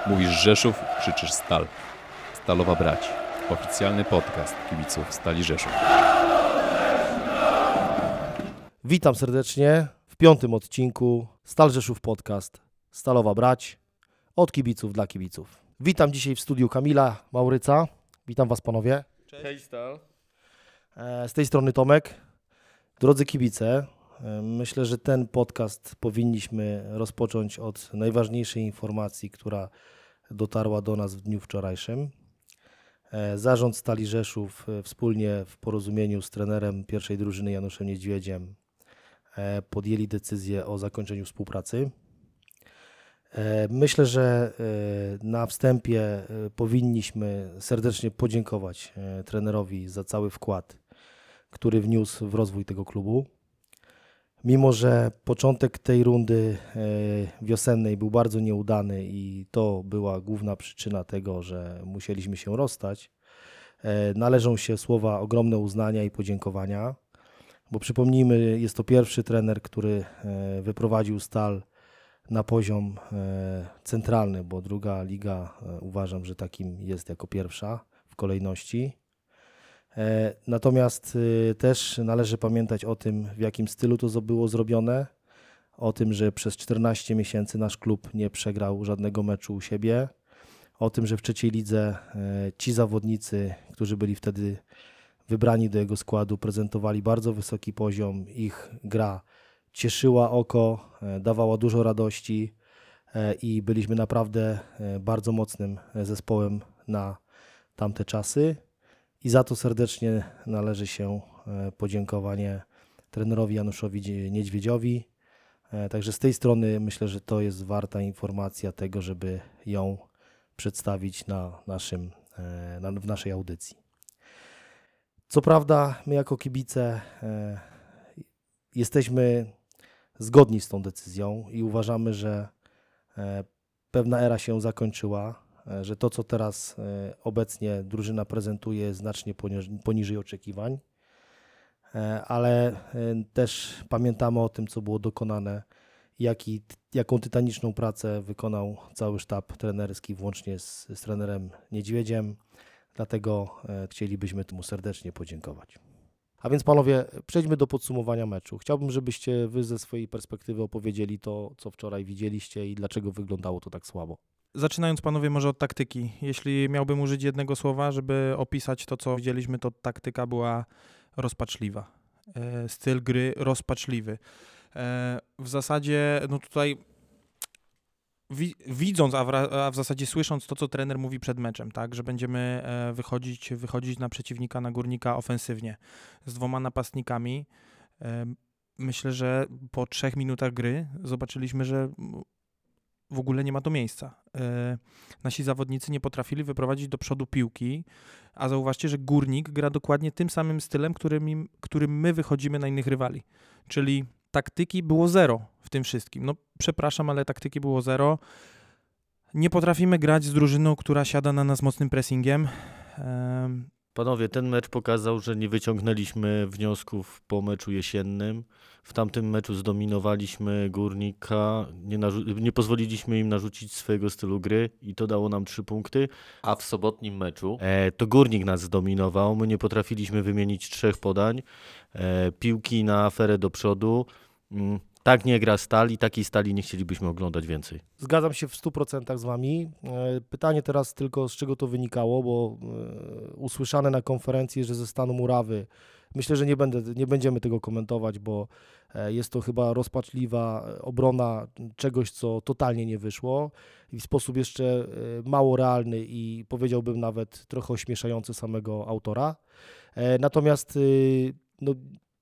Mówisz Rzeszów, krzyczysz Stal. Stalowa Brać. Oficjalny podcast kibiców Stali Rzeszów. Witam serdecznie w 5. odcinku Stal Rzeszów Podcast Stalowa Brać od kibiców dla kibiców. Witam dzisiaj w studiu Kamila Mauryca. Witam Was panowie. Cześć Stal. Z tej strony Tomek. Drodzy kibice, myślę, że ten podcast powinniśmy rozpocząć od najważniejszej informacji, która dotarła do nas w dniu wczorajszym. Zarząd Stali Rzeszów wspólnie w porozumieniu z trenerem pierwszej drużyny Januszem Niedźwiedziem podjęli decyzję o zakończeniu współpracy. Myślę, że na wstępie powinniśmy serdecznie podziękować trenerowi za cały wkład, który wniósł w rozwój tego klubu. Mimo że początek tej rundy wiosennej był bardzo nieudany i to była główna przyczyna tego, że musieliśmy się rozstać, należą się słowa ogromne uznania i podziękowania, bo przypomnijmy, jest to pierwszy trener, który wyprowadził Stal na poziom centralny, bo druga liga uważam, że takim jest jako pierwsza w kolejności. Natomiast też należy pamiętać o tym, w jakim stylu to było zrobione, o tym, że przez 14 miesięcy nasz klub nie przegrał żadnego meczu u siebie, o tym, że w trzeciej lidze ci zawodnicy, którzy byli wtedy wybrani do jego składu, prezentowali bardzo wysoki poziom, ich gra cieszyła oko, dawała dużo radości i byliśmy naprawdę bardzo mocnym zespołem na tamte czasy. I za to serdecznie należy się podziękowanie trenerowi Januszowi Niedźwiedziowi. Także z tej strony myślę, że to jest warta informacja tego, żeby ją przedstawić w naszej audycji. Co prawda my jako kibice jesteśmy zgodni z tą decyzją i uważamy, że pewna era się zakończyła, że to, co teraz obecnie drużyna prezentuje, jest znacznie poniżej oczekiwań, ale też pamiętamy o tym, co było dokonane, jaką tytaniczną pracę wykonał cały sztab trenerski, włącznie z trenerem Niedźwiedziem, dlatego chcielibyśmy temu serdecznie podziękować. A więc panowie, przejdźmy do podsumowania meczu. Chciałbym, żebyście wy ze swojej perspektywy opowiedzieli to, co wczoraj widzieliście i dlaczego wyglądało to tak słabo. Zaczynając panowie może od taktyki. Jeśli miałbym użyć jednego słowa, żeby opisać to, co widzieliśmy, to taktyka była rozpaczliwa. Styl gry rozpaczliwy. W zasadzie, no tutaj widząc, a w zasadzie słysząc to, co trener mówi przed meczem, tak, że będziemy wychodzić na przeciwnika, na Górnika ofensywnie z 2 napastnikami. Myślę, że po 3 minutach gry zobaczyliśmy, że w ogóle nie ma to miejsca. Nasi zawodnicy nie potrafili wyprowadzić do przodu piłki, a zauważcie, że Górnik gra dokładnie tym samym stylem, którym my wychodzimy na innych rywali. Czyli taktyki było zero w tym wszystkim. No przepraszam, ale taktyki było zero. Nie potrafimy grać z drużyną, która siada na nas mocnym pressingiem. Panowie, ten mecz pokazał, że nie wyciągnęliśmy wniosków po meczu jesiennym. W tamtym meczu zdominowaliśmy Górnika, nie pozwoliliśmy im narzucić swojego stylu gry i to dało nam 3 punkty. A w sobotnim meczu To Górnik nas zdominował, my nie potrafiliśmy wymienić 3 podań, piłki na aferę do przodu. Tak nie gra Stal i takiej Stali nie chcielibyśmy oglądać więcej. Zgadzam się w 100% z Wami. Pytanie teraz tylko, z czego to wynikało, bo usłyszane na konferencji, że ze stanu murawy, myślę, że nie będziemy tego komentować, bo jest to chyba rozpaczliwa obrona czegoś, co totalnie nie wyszło i w sposób jeszcze mało realny i powiedziałbym nawet trochę ośmieszający samego autora. Natomiast no,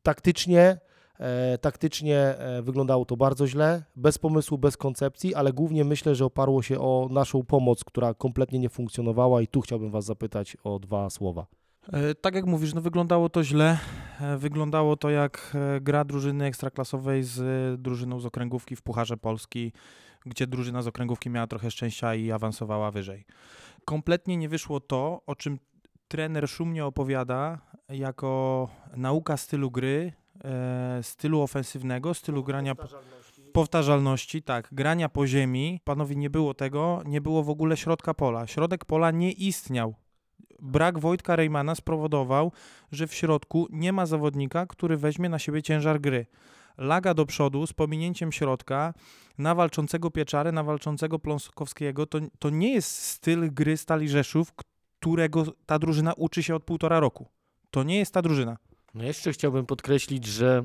taktycznie wyglądało to bardzo źle, bez pomysłu, bez koncepcji, ale głównie myślę, że oparło się o naszą pomoc, która kompletnie nie funkcjonowała i tu chciałbym Was zapytać o 2 słowa. Tak jak mówisz, no wyglądało to źle. Wyglądało to jak gra drużyny ekstraklasowej z drużyną z okręgówki w Pucharze Polski, gdzie drużyna z okręgówki miała trochę szczęścia i awansowała wyżej. Kompletnie nie wyszło to, o czym trener szumnie opowiada, jako nauka stylu gry, stylu ofensywnego, stylu grania Powtarzalności, tak. Grania po ziemi. Panowie, nie było tego, nie było w ogóle środka pola. Środek pola nie istniał. Brak Wojtka Rejmana spowodował, że w środku nie ma zawodnika, który weźmie na siebie ciężar gry. Laga do przodu z pominięciem środka na walczącego Pieczarę, na walczącego Pląskowskiego. To nie jest styl gry Stali Rzeszów, którego ta drużyna uczy się od 1,5 roku. To nie jest ta drużyna. No jeszcze chciałbym podkreślić, że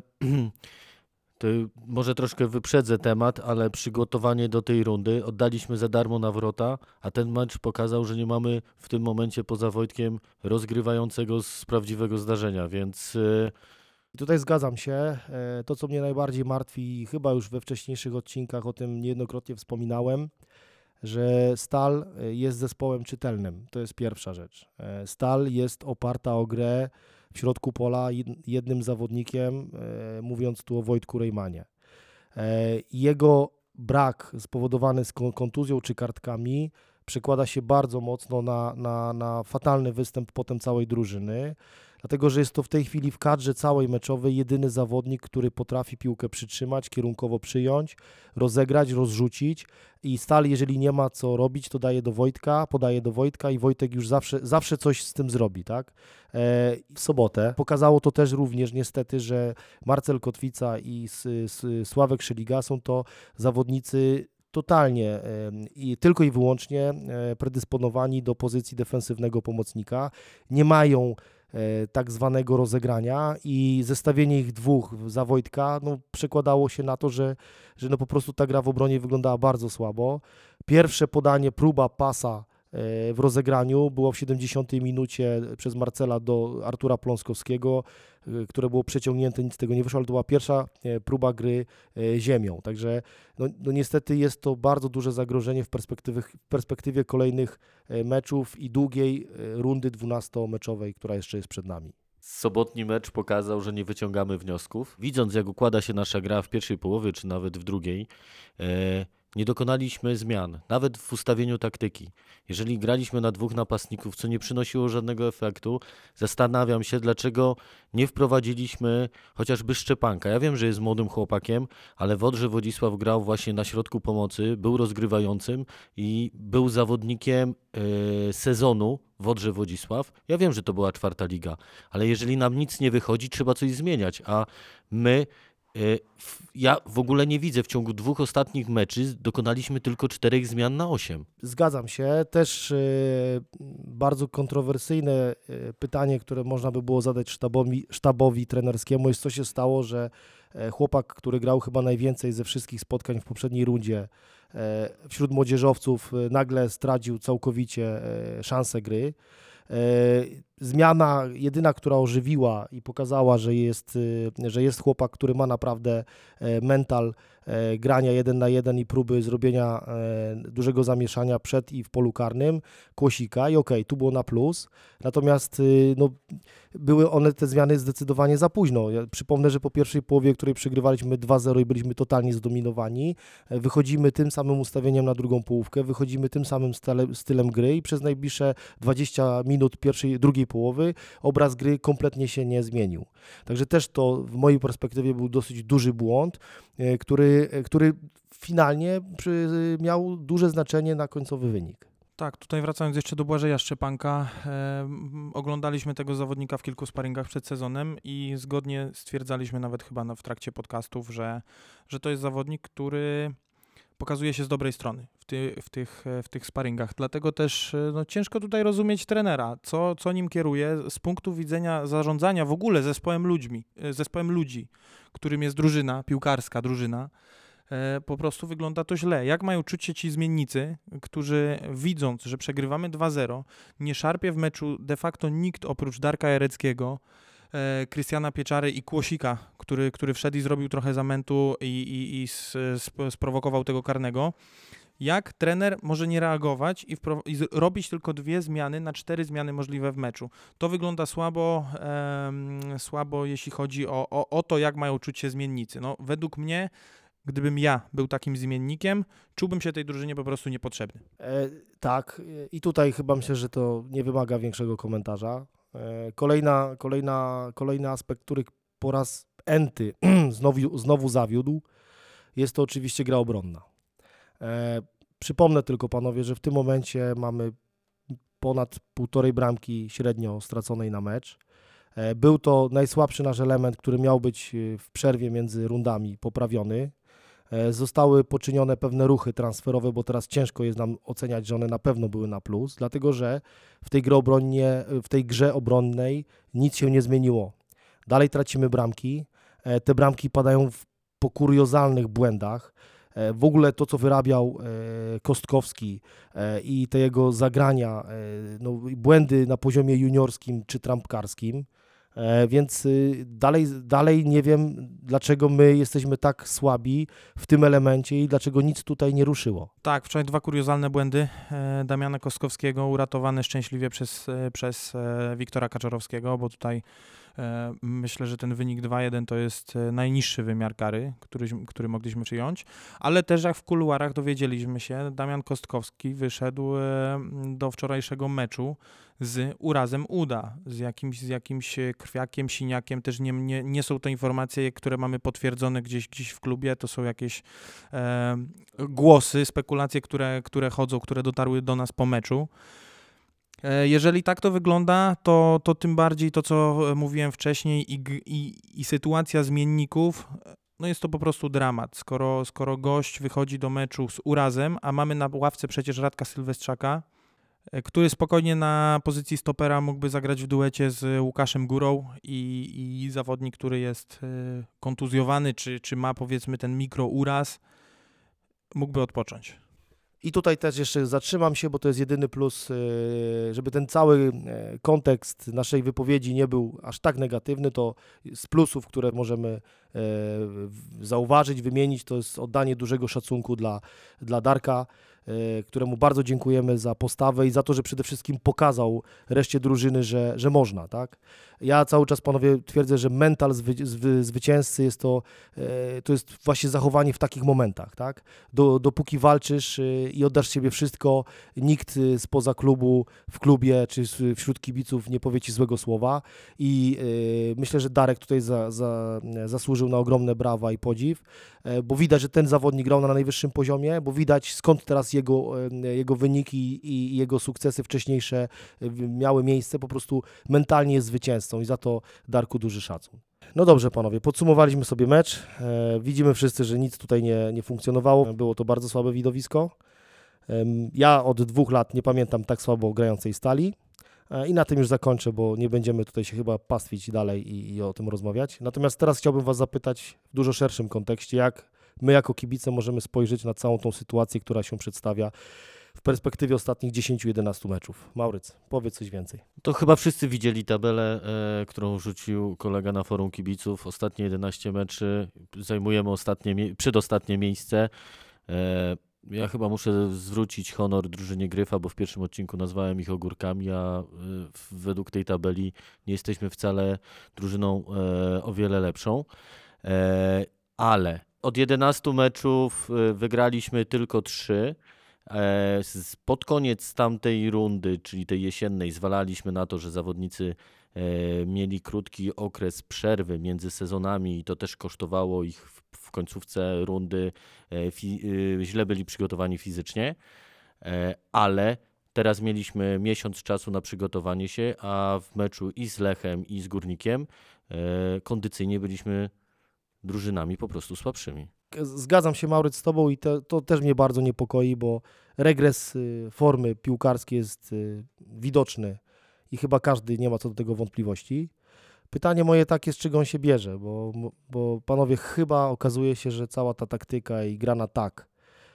to może troszkę wyprzedzę temat, ale przygotowanie do tej rundy oddaliśmy za darmo na wrota, a ten mecz pokazał, że nie mamy w tym momencie poza Wojtkiem rozgrywającego z prawdziwego zdarzenia, więc I tutaj zgadzam się. To, co mnie najbardziej martwi, chyba już we wcześniejszych odcinkach o tym niejednokrotnie wspominałem, że Stal jest zespołem czytelnym. To jest pierwsza rzecz. Stal jest oparta o grę w środku pola jednym zawodnikiem, mówiąc tu o Wojtku Rejmanie. Jego brak spowodowany z kontuzją czy kartkami przekłada się bardzo mocno na fatalny występ potem całej drużyny, dlatego że jest to w tej chwili w kadrze całej meczowej jedyny zawodnik, który potrafi piłkę przytrzymać, kierunkowo przyjąć, rozegrać, rozrzucić i Stal, jeżeli nie ma co robić, to podaje do Wojtka i Wojtek już zawsze coś z tym zrobi, tak? W sobotę pokazało to też również niestety, że Marcel Kotwica i Sławek Szyliga są to zawodnicy totalnie i tylko i wyłącznie predysponowani do pozycji defensywnego pomocnika. Nie mają tak zwanego rozegrania i zestawienie ich dwóch za Wojtka przekładało się na to, że po prostu ta gra w obronie wyglądała bardzo słabo. Pierwsze podanie, próba pasa w rozegraniu było w 70 minucie przez Marcela do Artura Pląskowskiego, które było przeciągnięte, nic z tego nie wyszło, ale to była pierwsza próba gry ziemią. Także niestety jest to bardzo duże zagrożenie w perspektywie kolejnych meczów i długiej rundy 12-meczowej, która jeszcze jest przed nami. Sobotni mecz pokazał, że nie wyciągamy wniosków. widząc jak układa się nasza gra w pierwszej połowie, czy nawet w drugiej, nie dokonaliśmy zmian, nawet w ustawieniu taktyki. Jeżeli graliśmy na dwóch napastników, co nie przynosiło żadnego efektu, zastanawiam się, dlaczego nie wprowadziliśmy chociażby Szczepanka. Ja wiem, że jest młodym chłopakiem, ale w Odrze Wodzisław grał właśnie na środku pomocy, był rozgrywającym i był zawodnikiem sezonu w Odrze Wodzisław. Ja wiem, że to była 4. liga, ale jeżeli nam nic nie wychodzi, trzeba coś zmieniać, a my... Ja w ogóle nie widzę, w ciągu 2 ostatnich meczy dokonaliśmy tylko 4 zmian na 8. Zgadzam się. Też bardzo kontrowersyjne pytanie, które można by było zadać sztabowi trenerskiemu jest, co się stało, że chłopak, który grał chyba najwięcej ze wszystkich spotkań w poprzedniej rundzie wśród młodzieżowców nagle stracił całkowicie szansę gry. Zmiana jedyna, która ożywiła i pokazała, że jest chłopak, który ma naprawdę mental grania 1 na 1 i próby zrobienia dużego zamieszania przed i w polu karnym, Kłosika i tu było na plus, natomiast były one te zmiany zdecydowanie za późno. Ja przypomnę, że po pierwszej połowie, której przegrywaliśmy 2-0 i byliśmy totalnie zdominowani, wychodzimy tym samym ustawieniem na drugą połówkę, wychodzimy tym samym stylem gry i przez najbliższe 20 minut drugiej połowy obraz gry kompletnie się nie zmienił. Także też to w mojej perspektywie był dosyć duży błąd, który finalnie miał duże znaczenie na końcowy wynik. Tak, tutaj wracając jeszcze do Błażeja Szczepanka, oglądaliśmy tego zawodnika w kilku sparingach przed sezonem i zgodnie stwierdzaliśmy nawet chyba w trakcie podcastów, że to jest zawodnik, który pokazuje się z dobrej strony w tych sparingach. Dlatego też ciężko tutaj rozumieć trenera, co nim kieruje z punktu widzenia zarządzania w ogóle zespołem ludzi, którym jest drużyna, piłkarska drużyna. Po prostu wygląda to źle. Jak mają czuć się ci zmiennicy, którzy widząc, że przegrywamy 2-0, nie szarpie w meczu de facto nikt oprócz Darka Jareckiego, Krystiana Pieczary i Kłosika, który wszedł i zrobił trochę zamętu i sprowokował tego karnego. Jak trener może nie reagować i robić tylko 2 zmiany na 4 zmiany możliwe w meczu? To wygląda słabo, jeśli chodzi o to, jak mają czuć się zmiennicy. Według mnie, gdybym ja był takim zmiennikiem, czułbym się tej drużynie po prostu niepotrzebny. Tak, i tutaj chyba myślę, że to nie wymaga większego komentarza. Kolejny aspekt, który po raz enty znowu zawiódł, jest to oczywiście gra obronna. Przypomnę tylko, panowie, że w tym momencie mamy ponad 1,5 bramki średnio straconej na mecz. Był to najsłabszy nasz element, który miał być w przerwie między rundami poprawiony. Zostały poczynione pewne ruchy transferowe, bo teraz ciężko jest nam oceniać, że one na pewno były na plus, dlatego że w tej grze obronnej nic się nie zmieniło. Dalej tracimy bramki, te bramki padają po kuriozalnych błędach. W ogóle to, co wyrabiał Kostkowski i te jego zagrania, błędy na poziomie juniorskim czy trampkarskim, więc dalej nie wiem, dlaczego my jesteśmy tak słabi w tym elemencie i dlaczego nic tutaj nie ruszyło. Tak, wczoraj 2 kuriozalne błędy Damiana Kostkowskiego, uratowane szczęśliwie przez Wiktora Kaczorowskiego, bo tutaj myślę, że ten wynik 2-1 to jest najniższy wymiar kary, który mogliśmy przyjąć, ale też jak w kuluarach dowiedzieliśmy się, Damian Kostkowski wyszedł do wczorajszego meczu z urazem uda, z jakimś krwiakiem, siniakiem, też nie są to informacje, które mamy potwierdzone gdzieś w klubie, to są jakieś głosy, spekulacje, które chodzą, które dotarły do nas po meczu. Jeżeli tak to wygląda, to tym bardziej to, co mówiłem wcześniej i sytuacja zmienników, no jest to po prostu dramat. Skoro gość wychodzi do meczu z urazem, a mamy na ławce przecież Radka Sylwestrzaka, który spokojnie na pozycji stopera mógłby zagrać w duecie z Łukaszem Górą i zawodnik, który jest kontuzjowany, czy ma powiedzmy ten mikrouraz, mógłby odpocząć. I tutaj też jeszcze zatrzymam się, bo to jest jedyny plus, żeby ten cały kontekst naszej wypowiedzi nie był aż tak negatywny, to z plusów, które możemy zauważyć, wymienić, to jest oddanie dużego szacunku dla Darka, któremu bardzo dziękujemy za postawę i za to, że przede wszystkim pokazał reszcie drużyny, że można, tak? Ja cały czas, panowie, twierdzę, że mental zwycięzcy to jest właśnie zachowanie w takich momentach, tak? Dopóki walczysz i oddasz siebie wszystko, nikt spoza klubu, w klubie czy wśród kibiców nie powie ci złego słowa i myślę, że Darek tutaj zasłużył na ogromne brawa i podziw, bo widać, że ten zawodnik grał na najwyższym poziomie, bo widać skąd teraz jego wyniki i jego sukcesy wcześniejsze miały miejsce, po prostu mentalnie jest zwycięzcą i za to Darku duży szacun. No dobrze, panowie, podsumowaliśmy sobie mecz. Widzimy wszyscy, że nic tutaj nie funkcjonowało. Było to bardzo słabe widowisko. Ja od 2 lat nie pamiętam tak słabo grającej Stali. I na tym już zakończę, bo nie będziemy tutaj się chyba pastwić dalej i o tym rozmawiać. Natomiast teraz chciałbym was zapytać w dużo szerszym kontekście, jak my jako kibice możemy spojrzeć na całą tą sytuację, która się przedstawia w perspektywie ostatnich 10-11 meczów. Mauryc, powiedz coś więcej. To chyba wszyscy widzieli tabelę, którą rzucił kolega na forum kibiców. Ostatnie 11 meczy, zajmujemy przedostatnie miejsce. Ja chyba muszę zwrócić honor drużynie Gryfa, bo w pierwszym odcinku nazwałem ich ogórkami, a według tej tabeli nie jesteśmy wcale drużyną o wiele lepszą. Ale od 11 meczów wygraliśmy tylko 3. Pod koniec tamtej rundy, czyli tej jesiennej, zwalaliśmy na to, że zawodnicy mieli krótki okres przerwy między sezonami i to też kosztowało ich w końcówce rundy, źle byli przygotowani fizycznie, ale teraz mieliśmy miesiąc czasu na przygotowanie się, a w meczu i z Lechem, i z Górnikiem kondycyjnie byliśmy drużynami po prostu słabszymi. Zgadzam się, Mauryc, z tobą i to też mnie bardzo niepokoi, bo regres formy piłkarskiej jest widoczny i chyba każdy nie ma co do tego wątpliwości. Pytanie moje takie, z czego on się bierze, bo panowie, chyba okazuje się, że cała ta taktyka i gra na tak,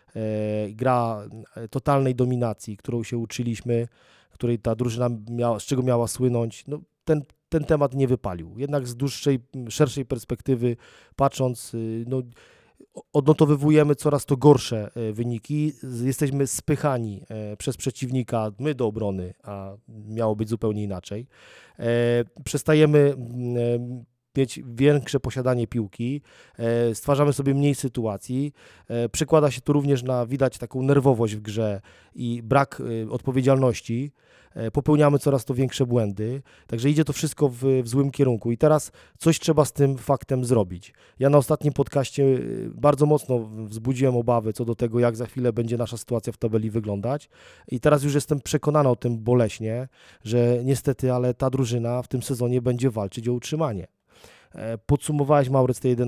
gra totalnej dominacji, którą się uczyliśmy, której ta drużyna z czego miała słynąć, no ten temat nie wypalił. Jednak z dłuższej, szerszej perspektywy patrząc, no odnotowujemy coraz to gorsze wyniki, jesteśmy spychani przez przeciwnika, my do obrony, a miało być zupełnie inaczej. Przestajemy mieć większe posiadanie piłki, stwarzamy sobie mniej sytuacji. Przekłada się to również na, widać, taką nerwowość w grze i brak odpowiedzialności. Popełniamy coraz to większe błędy, także idzie to wszystko w złym kierunku i teraz coś trzeba z tym faktem zrobić. Ja na ostatnim podcaście bardzo mocno wzbudziłem obawy co do tego, jak za chwilę będzie nasza sytuacja w tabeli wyglądać i teraz już jestem przekonany o tym boleśnie, że niestety, ale ta drużyna w tym sezonie będzie walczyć o utrzymanie. Podsumowałeś, Mauryc, te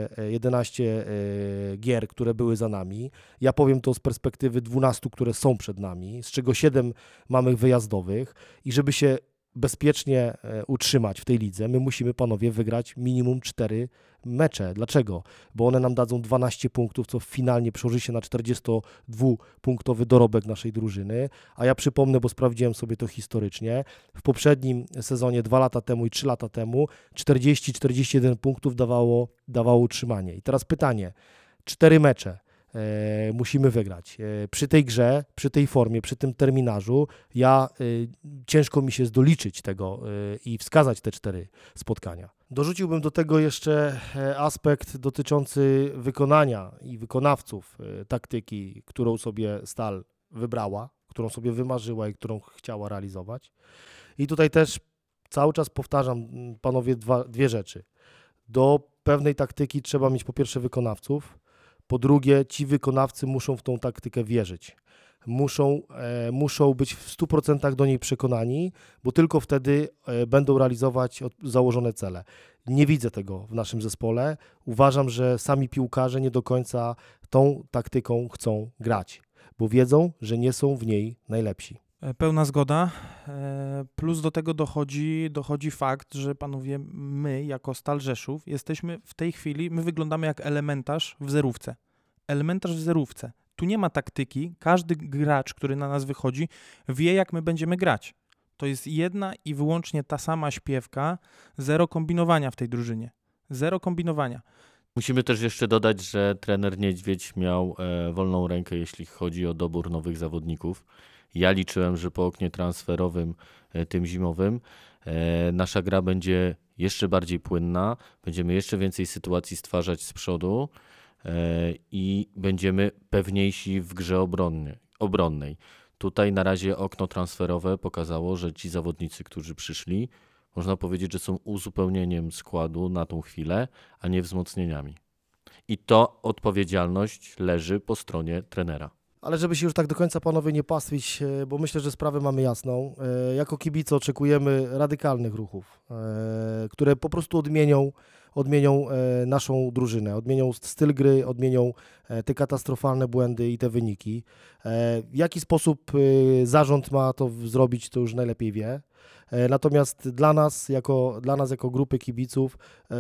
11 gier, które były za nami. Ja powiem to z perspektywy 12, które są przed nami, z czego 7 mamy wyjazdowych i żeby się bezpiecznie utrzymać w tej lidze, my musimy, panowie, wygrać minimum 4 mecze. Dlaczego? Bo one nam dadzą 12 punktów, co finalnie przełoży się na 42-punktowy dorobek naszej drużyny, a ja przypomnę, bo sprawdziłem sobie to historycznie, w poprzednim sezonie 2 lata temu i 3 lata temu 40-41 punktów dawało utrzymanie. I teraz pytanie, 4 mecze musimy wygrać. Przy tej grze, przy tej formie, przy tym terminarzu, ciężko mi się doliczyć tego i wskazać te 4 spotkania. Dorzuciłbym do tego jeszcze aspekt dotyczący wykonania i wykonawców taktyki, którą sobie Stal wybrała, którą sobie wymarzyła i którą chciała realizować. I tutaj też cały czas powtarzam, panowie, dwie rzeczy. Do pewnej taktyki trzeba mieć po pierwsze wykonawców, po drugie, ci wykonawcy muszą w tą taktykę wierzyć. Muszą być w 100% do niej przekonani, bo tylko wtedy będą realizować założone cele. Nie widzę tego w naszym zespole. Uważam, że sami piłkarze nie do końca tą taktyką chcą grać, bo wiedzą, że nie są w niej najlepsi. Pełna zgoda, plus do tego dochodzi fakt, że panowie, my jako Stal Rzeszów jesteśmy w tej chwili, my wyglądamy jak elementarz w zerówce. Elementarz w zerówce. Tu nie ma taktyki, każdy gracz, który na nas wychodzi, wie, jak my będziemy grać. To jest jedna i wyłącznie ta sama śpiewka, zero kombinowania w tej drużynie. Zero kombinowania. Musimy też jeszcze dodać, że trener Niedźwiedź miał wolną rękę, jeśli chodzi o dobór nowych zawodników. Ja liczyłem, że po oknie transferowym, tym zimowym, nasza gra będzie jeszcze bardziej płynna, będziemy jeszcze więcej sytuacji stwarzać z przodu i będziemy pewniejsi w grze obronnej. Tutaj na razie okno transferowe pokazało, że ci zawodnicy, którzy przyszli, można powiedzieć, że są uzupełnieniem składu na tą chwilę, a nie wzmocnieniami. I to odpowiedzialność leży po stronie trenera. Ale żeby się już tak do końca, panowie, nie pastwić, bo myślę, że sprawę mamy jasną. Jako kibice oczekujemy radykalnych ruchów, które po prostu odmienią naszą drużynę, odmienią styl gry, odmienią te katastrofalne błędy i te wyniki. W jaki sposób zarząd ma to zrobić, to już najlepiej wie. Natomiast dla nas jako grupy kibiców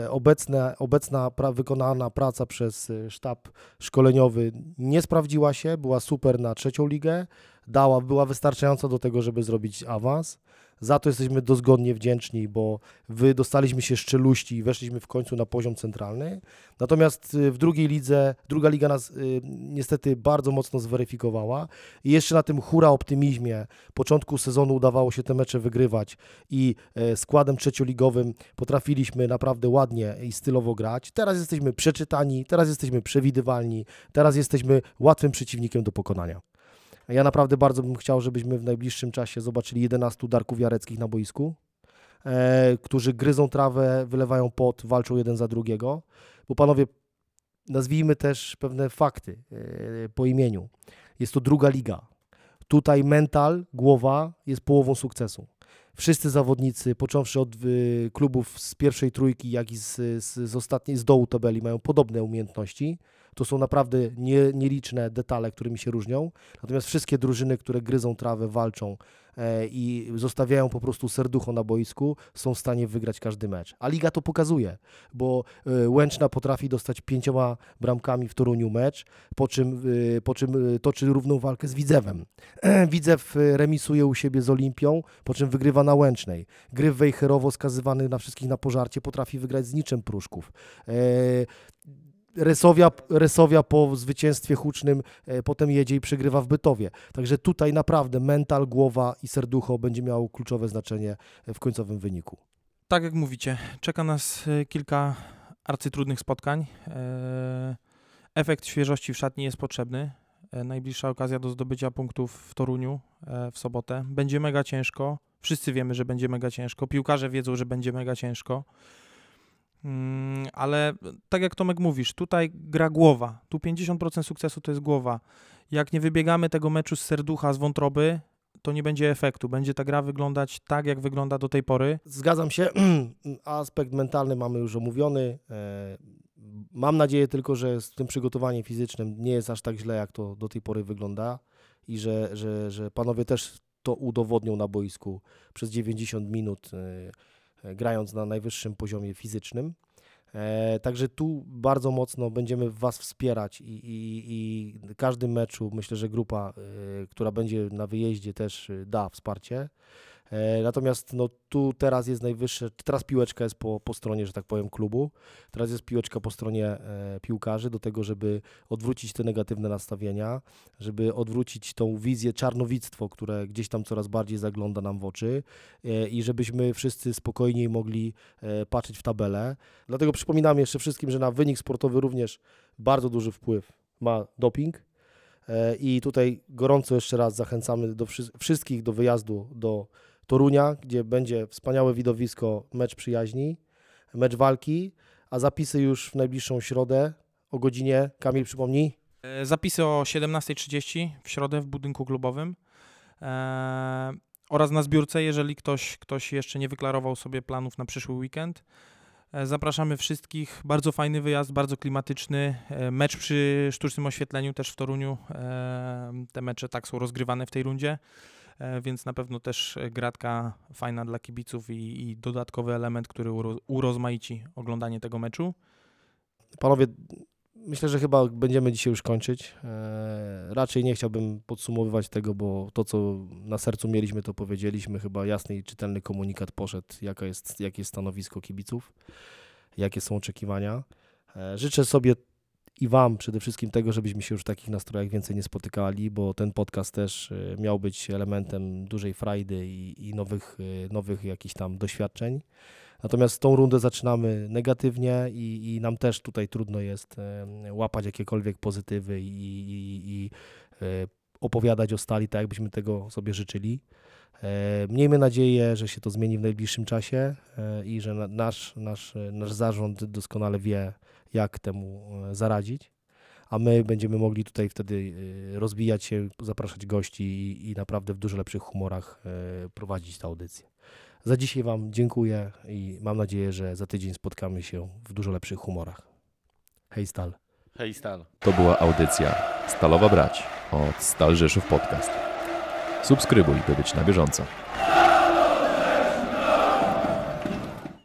wykonana praca przez sztab szkoleniowy nie sprawdziła się, była super na 3. ligę, była wystarczająca do tego, żeby zrobić awans. Za to jesteśmy dozgodnie wdzięczni, bo wydostaliśmy się z czeluści i weszliśmy w końcu na poziom centralny. Natomiast w drugiej lidze, druga liga nas niestety bardzo mocno zweryfikowała i jeszcze na tym hura optymizmie początku sezonu udawało się te mecze wygrywać i składem trzecioligowym potrafiliśmy naprawdę ładnie i stylowo grać. Teraz jesteśmy przeczytani, teraz jesteśmy przewidywalni, teraz jesteśmy łatwym przeciwnikiem do pokonania. Ja naprawdę bardzo bym chciał, żebyśmy w najbliższym czasie zobaczyli 11 Darków Jareckich na boisku, którzy gryzą trawę, wylewają pot, walczą jeden za drugiego, bo panowie, nazwijmy też pewne fakty po imieniu. Jest to druga liga. Tutaj mental, głowa jest połową sukcesu. Wszyscy zawodnicy, począwszy od klubów z pierwszej trójki, jak i z dołu tabeli, mają podobne umiejętności. To są naprawdę nieliczne detale, którymi się różnią. Natomiast wszystkie drużyny, które gryzą trawę, walczą i zostawiają po prostu serducho na boisku, są w stanie wygrać każdy mecz. A liga to pokazuje, bo Łęczna potrafi dostać 5 bramkami w Toruniu mecz, po czym toczy równą walkę z Widzewem. Widzew remisuje u siebie z Olimpią, po czym wygrywa na Łęcznej. Gryf Wejherowo, skazywany na wszystkich na pożarcie, potrafi wygrać z Niczem Pruszków. Resowia po zwycięstwie hucznym potem jedzie i przegrywa w Bytowie. Także tutaj naprawdę mental, głowa i serducho będzie miało kluczowe znaczenie w końcowym wyniku. Tak jak mówicie, czeka nas kilka arcytrudnych spotkań. Efekt świeżości w szatni jest potrzebny. Najbliższa okazja do zdobycia punktów w Toruniu w sobotę. Będzie mega ciężko. Wszyscy wiemy, że będzie mega ciężko. Piłkarze wiedzą, że będzie mega ciężko. Ale tak jak Tomek mówisz, tutaj gra głowa. Tu 50% sukcesu to jest głowa. Jak nie wybiegamy tego meczu z serducha, z wątroby, to nie będzie efektu. Będzie ta gra wyglądać tak, jak wygląda do tej pory. Zgadzam się, aspekt mentalny mamy już omówiony. Mam nadzieję tylko, że z tym przygotowaniem fizycznym nie jest aż tak źle, jak to do tej pory wygląda i że panowie też to udowodnią na boisku przez 90 minut, grając na najwyższym poziomie fizycznym. Także tu bardzo mocno będziemy Was wspierać i w każdym meczu myślę, że grupa, która będzie na wyjeździe, też da wsparcie. Natomiast no, tu teraz jest teraz piłeczka jest po stronie, że tak powiem, klubu. Teraz jest piłeczka po stronie piłkarzy do tego, żeby odwrócić te negatywne nastawienia, żeby odwrócić tą wizję, czarnowictwo, które gdzieś tam coraz bardziej zagląda nam w oczy i żebyśmy wszyscy spokojniej mogli patrzeć w tabelę. Dlatego przypominam jeszcze wszystkim, że na wynik sportowy również bardzo duży wpływ ma doping. I tutaj gorąco jeszcze raz zachęcamy wszystkich do wyjazdu do Torunia, gdzie będzie wspaniałe widowisko, mecz przyjaźni, mecz walki, a zapisy już w najbliższą środę o godzinie, Kamil przypomnij. Zapisy o 17:30 w środę w budynku klubowym oraz na zbiórce, jeżeli ktoś jeszcze nie wyklarował sobie planów na przyszły weekend. Zapraszamy wszystkich. Bardzo fajny wyjazd, bardzo klimatyczny. Mecz przy sztucznym oświetleniu też w Toruniu. Te mecze tak są rozgrywane w tej rundzie, więc na pewno też gratka fajna dla kibiców i dodatkowy element, który urozmaici oglądanie tego meczu. Panowie, myślę, że chyba będziemy dzisiaj już kończyć. Raczej nie chciałbym podsumowywać tego, bo to, co na sercu mieliśmy, to powiedzieliśmy. Chyba jasny i czytelny komunikat poszedł, jakie jest stanowisko kibiców, jakie są oczekiwania. Życzę sobie i Wam przede wszystkim tego, żebyśmy się już w takich nastrojach więcej nie spotykali, bo ten podcast też miał być elementem dużej frajdy i nowych jakichś tam doświadczeń. Natomiast tą rundę zaczynamy negatywnie i nam też tutaj trudno jest łapać jakiekolwiek pozytywy i opowiadać o Stali tak, jakbyśmy tego sobie życzyli. Miejmy nadzieję, że się to zmieni w najbliższym czasie i że nasz zarząd doskonale wie, jak temu zaradzić, a my będziemy mogli tutaj wtedy rozwijać się, zapraszać gości i naprawdę w dużo lepszych humorach prowadzić tę audycję. Za dzisiaj Wam dziękuję i mam nadzieję, że za tydzień spotkamy się w dużo lepszych humorach. Hej Stal. Hej Stal. To była audycja Stalowa Brać od Stal Rzeszów Podcast. Subskrybuj, by być na bieżąco.